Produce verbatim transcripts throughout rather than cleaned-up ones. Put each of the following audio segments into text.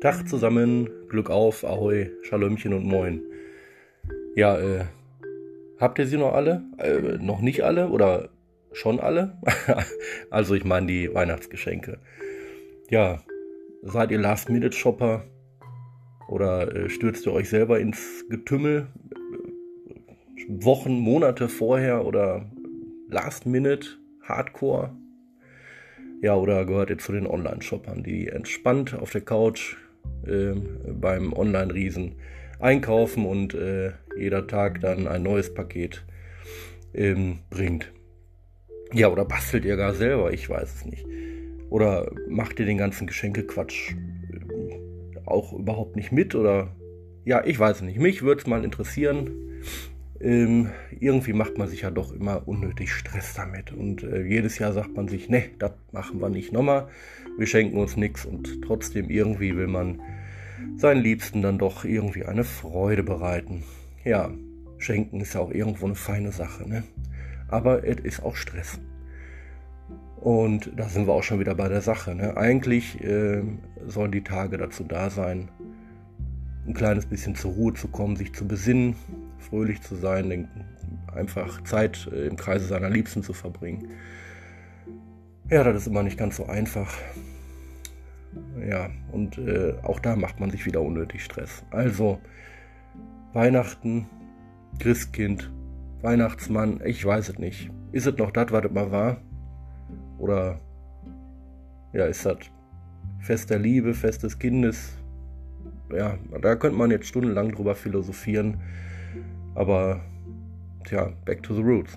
Tag zusammen, Glück auf, Ahoi, Schalömchen und Moin. Ja, äh, habt ihr sie noch alle? Äh, noch nicht alle oder schon alle? Also ich meine die Weihnachtsgeschenke. Ja, seid ihr Last-Minute-Shopper oder äh, stürzt ihr euch selber ins Getümmel? Wochen, Monate vorher oder Last-Minute, Hardcore? Ja, oder gehört ihr zu den Online-Shoppern, die entspannt auf der Couch äh, beim Online-Riesen einkaufen und äh, jeder Tag dann ein neues Paket ähm, bringt? Ja, oder bastelt ihr gar selber? Ich weiß es nicht. Oder macht ihr den ganzen Geschenkequatsch äh, auch überhaupt nicht mit? Oder ja, ich weiß es nicht. Mich würde es mal interessieren. Ähm, irgendwie macht man sich ja doch immer unnötig Stress damit. Und äh, jedes Jahr sagt man sich, ne, das machen wir nicht nochmal. Wir schenken uns nichts. Und trotzdem irgendwie will man seinen Liebsten dann doch irgendwie eine Freude bereiten. Ja, schenken ist ja auch irgendwo eine feine Sache, ne? Aber es ist auch Stress. Und da sind wir auch schon wieder bei der Sache, ne? Eigentlich äh, sollen die Tage dazu da sein, ein kleines bisschen zur Ruhe zu kommen, sich zu besinnen, fröhlich zu sein, einfach Zeit äh, im Kreise seiner Liebsten zu verbringen. Ja, das ist immer nicht ganz so einfach. Ja, und äh, auch da macht man sich wieder unnötig Stress. Also, Weihnachten, Christkind, Weihnachtsmann, ich weiß es nicht. Ist es noch das, was es mal war? Oder ja, ist das Fest der Liebe, Fest des Kindes? Ja, da könnte man jetzt stundenlang drüber philosophieren. Aber, tja, back to the roots.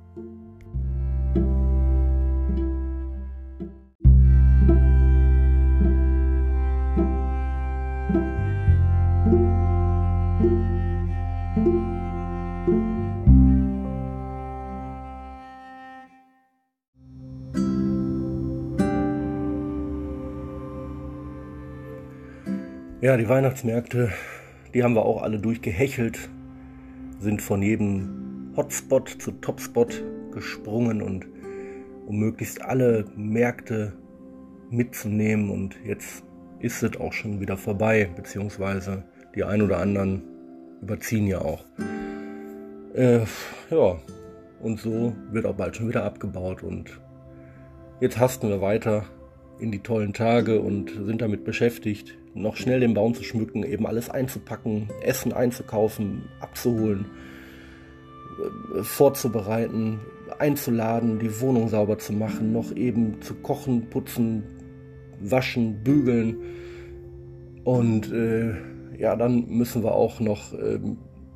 Ja, die Weihnachtsmärkte, die haben wir auch alle durchgehechelt, sind von jedem Hotspot zu Topspot gesprungen und um möglichst alle Märkte mitzunehmen, und jetzt ist es auch schon wieder vorbei, beziehungsweise die ein oder anderen überziehen ja auch. Äh, ja, und so wird auch bald schon wieder abgebaut und jetzt hasten wir weiter in die tollen Tage und sind damit beschäftigt, noch schnell den Baum zu schmücken, eben alles einzupacken, Essen einzukaufen, abzuholen, vorzubereiten, einzuladen, die Wohnung sauber zu machen, noch eben zu kochen, putzen, waschen, bügeln. Und äh, ja, dann müssen wir auch noch, ähm,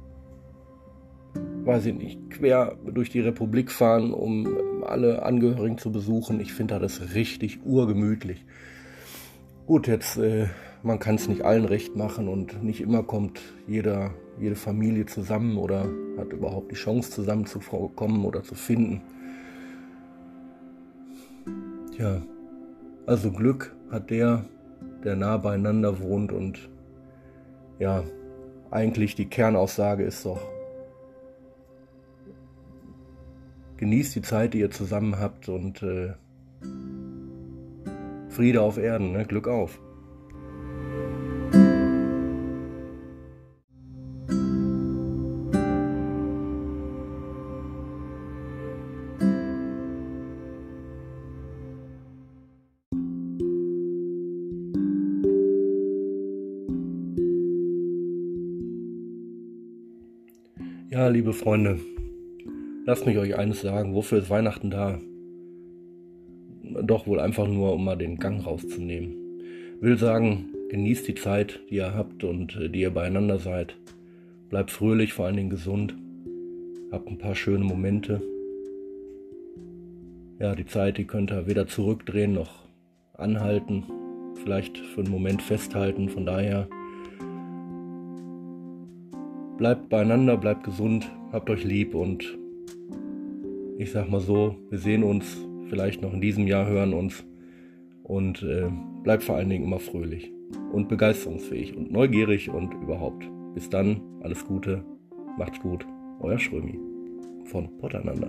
weiß ich nicht, quer durch die Republik fahren, um alle Angehörigen zu besuchen. Ich finde das richtig urgemütlich. Gut, jetzt, äh, man kann es nicht allen recht machen und nicht immer kommt jeder, jede Familie zusammen oder hat überhaupt die Chance zusammenzukommen oder zu finden. Tja, also Glück hat der, der nah beieinander wohnt, und ja, eigentlich die Kernaussage ist doch, genießt die Zeit, die ihr zusammen habt, und äh, Friede auf Erden, ne? Glück auf. Ja, liebe Freunde, lasst mich euch eines sagen, wofür ist Weihnachten da? Doch wohl einfach nur, um mal den Gang rauszunehmen. Will sagen, genießt die Zeit, die ihr habt und äh, die ihr beieinander seid. Bleibt fröhlich, vor allen Dingen gesund. Habt ein paar schöne Momente. Ja, die Zeit, die könnt ihr weder zurückdrehen noch anhalten. Vielleicht für einen Moment festhalten. Von daher, bleibt beieinander, bleibt gesund, habt euch lieb, und ich sag mal so, wir sehen uns vielleicht noch in diesem Jahr, hören uns, und äh, bleibt vor allen Dingen immer fröhlich und begeisterungsfähig und neugierig und überhaupt. Bis dann, alles Gute, macht's gut, euer Schrömi von Poteinander.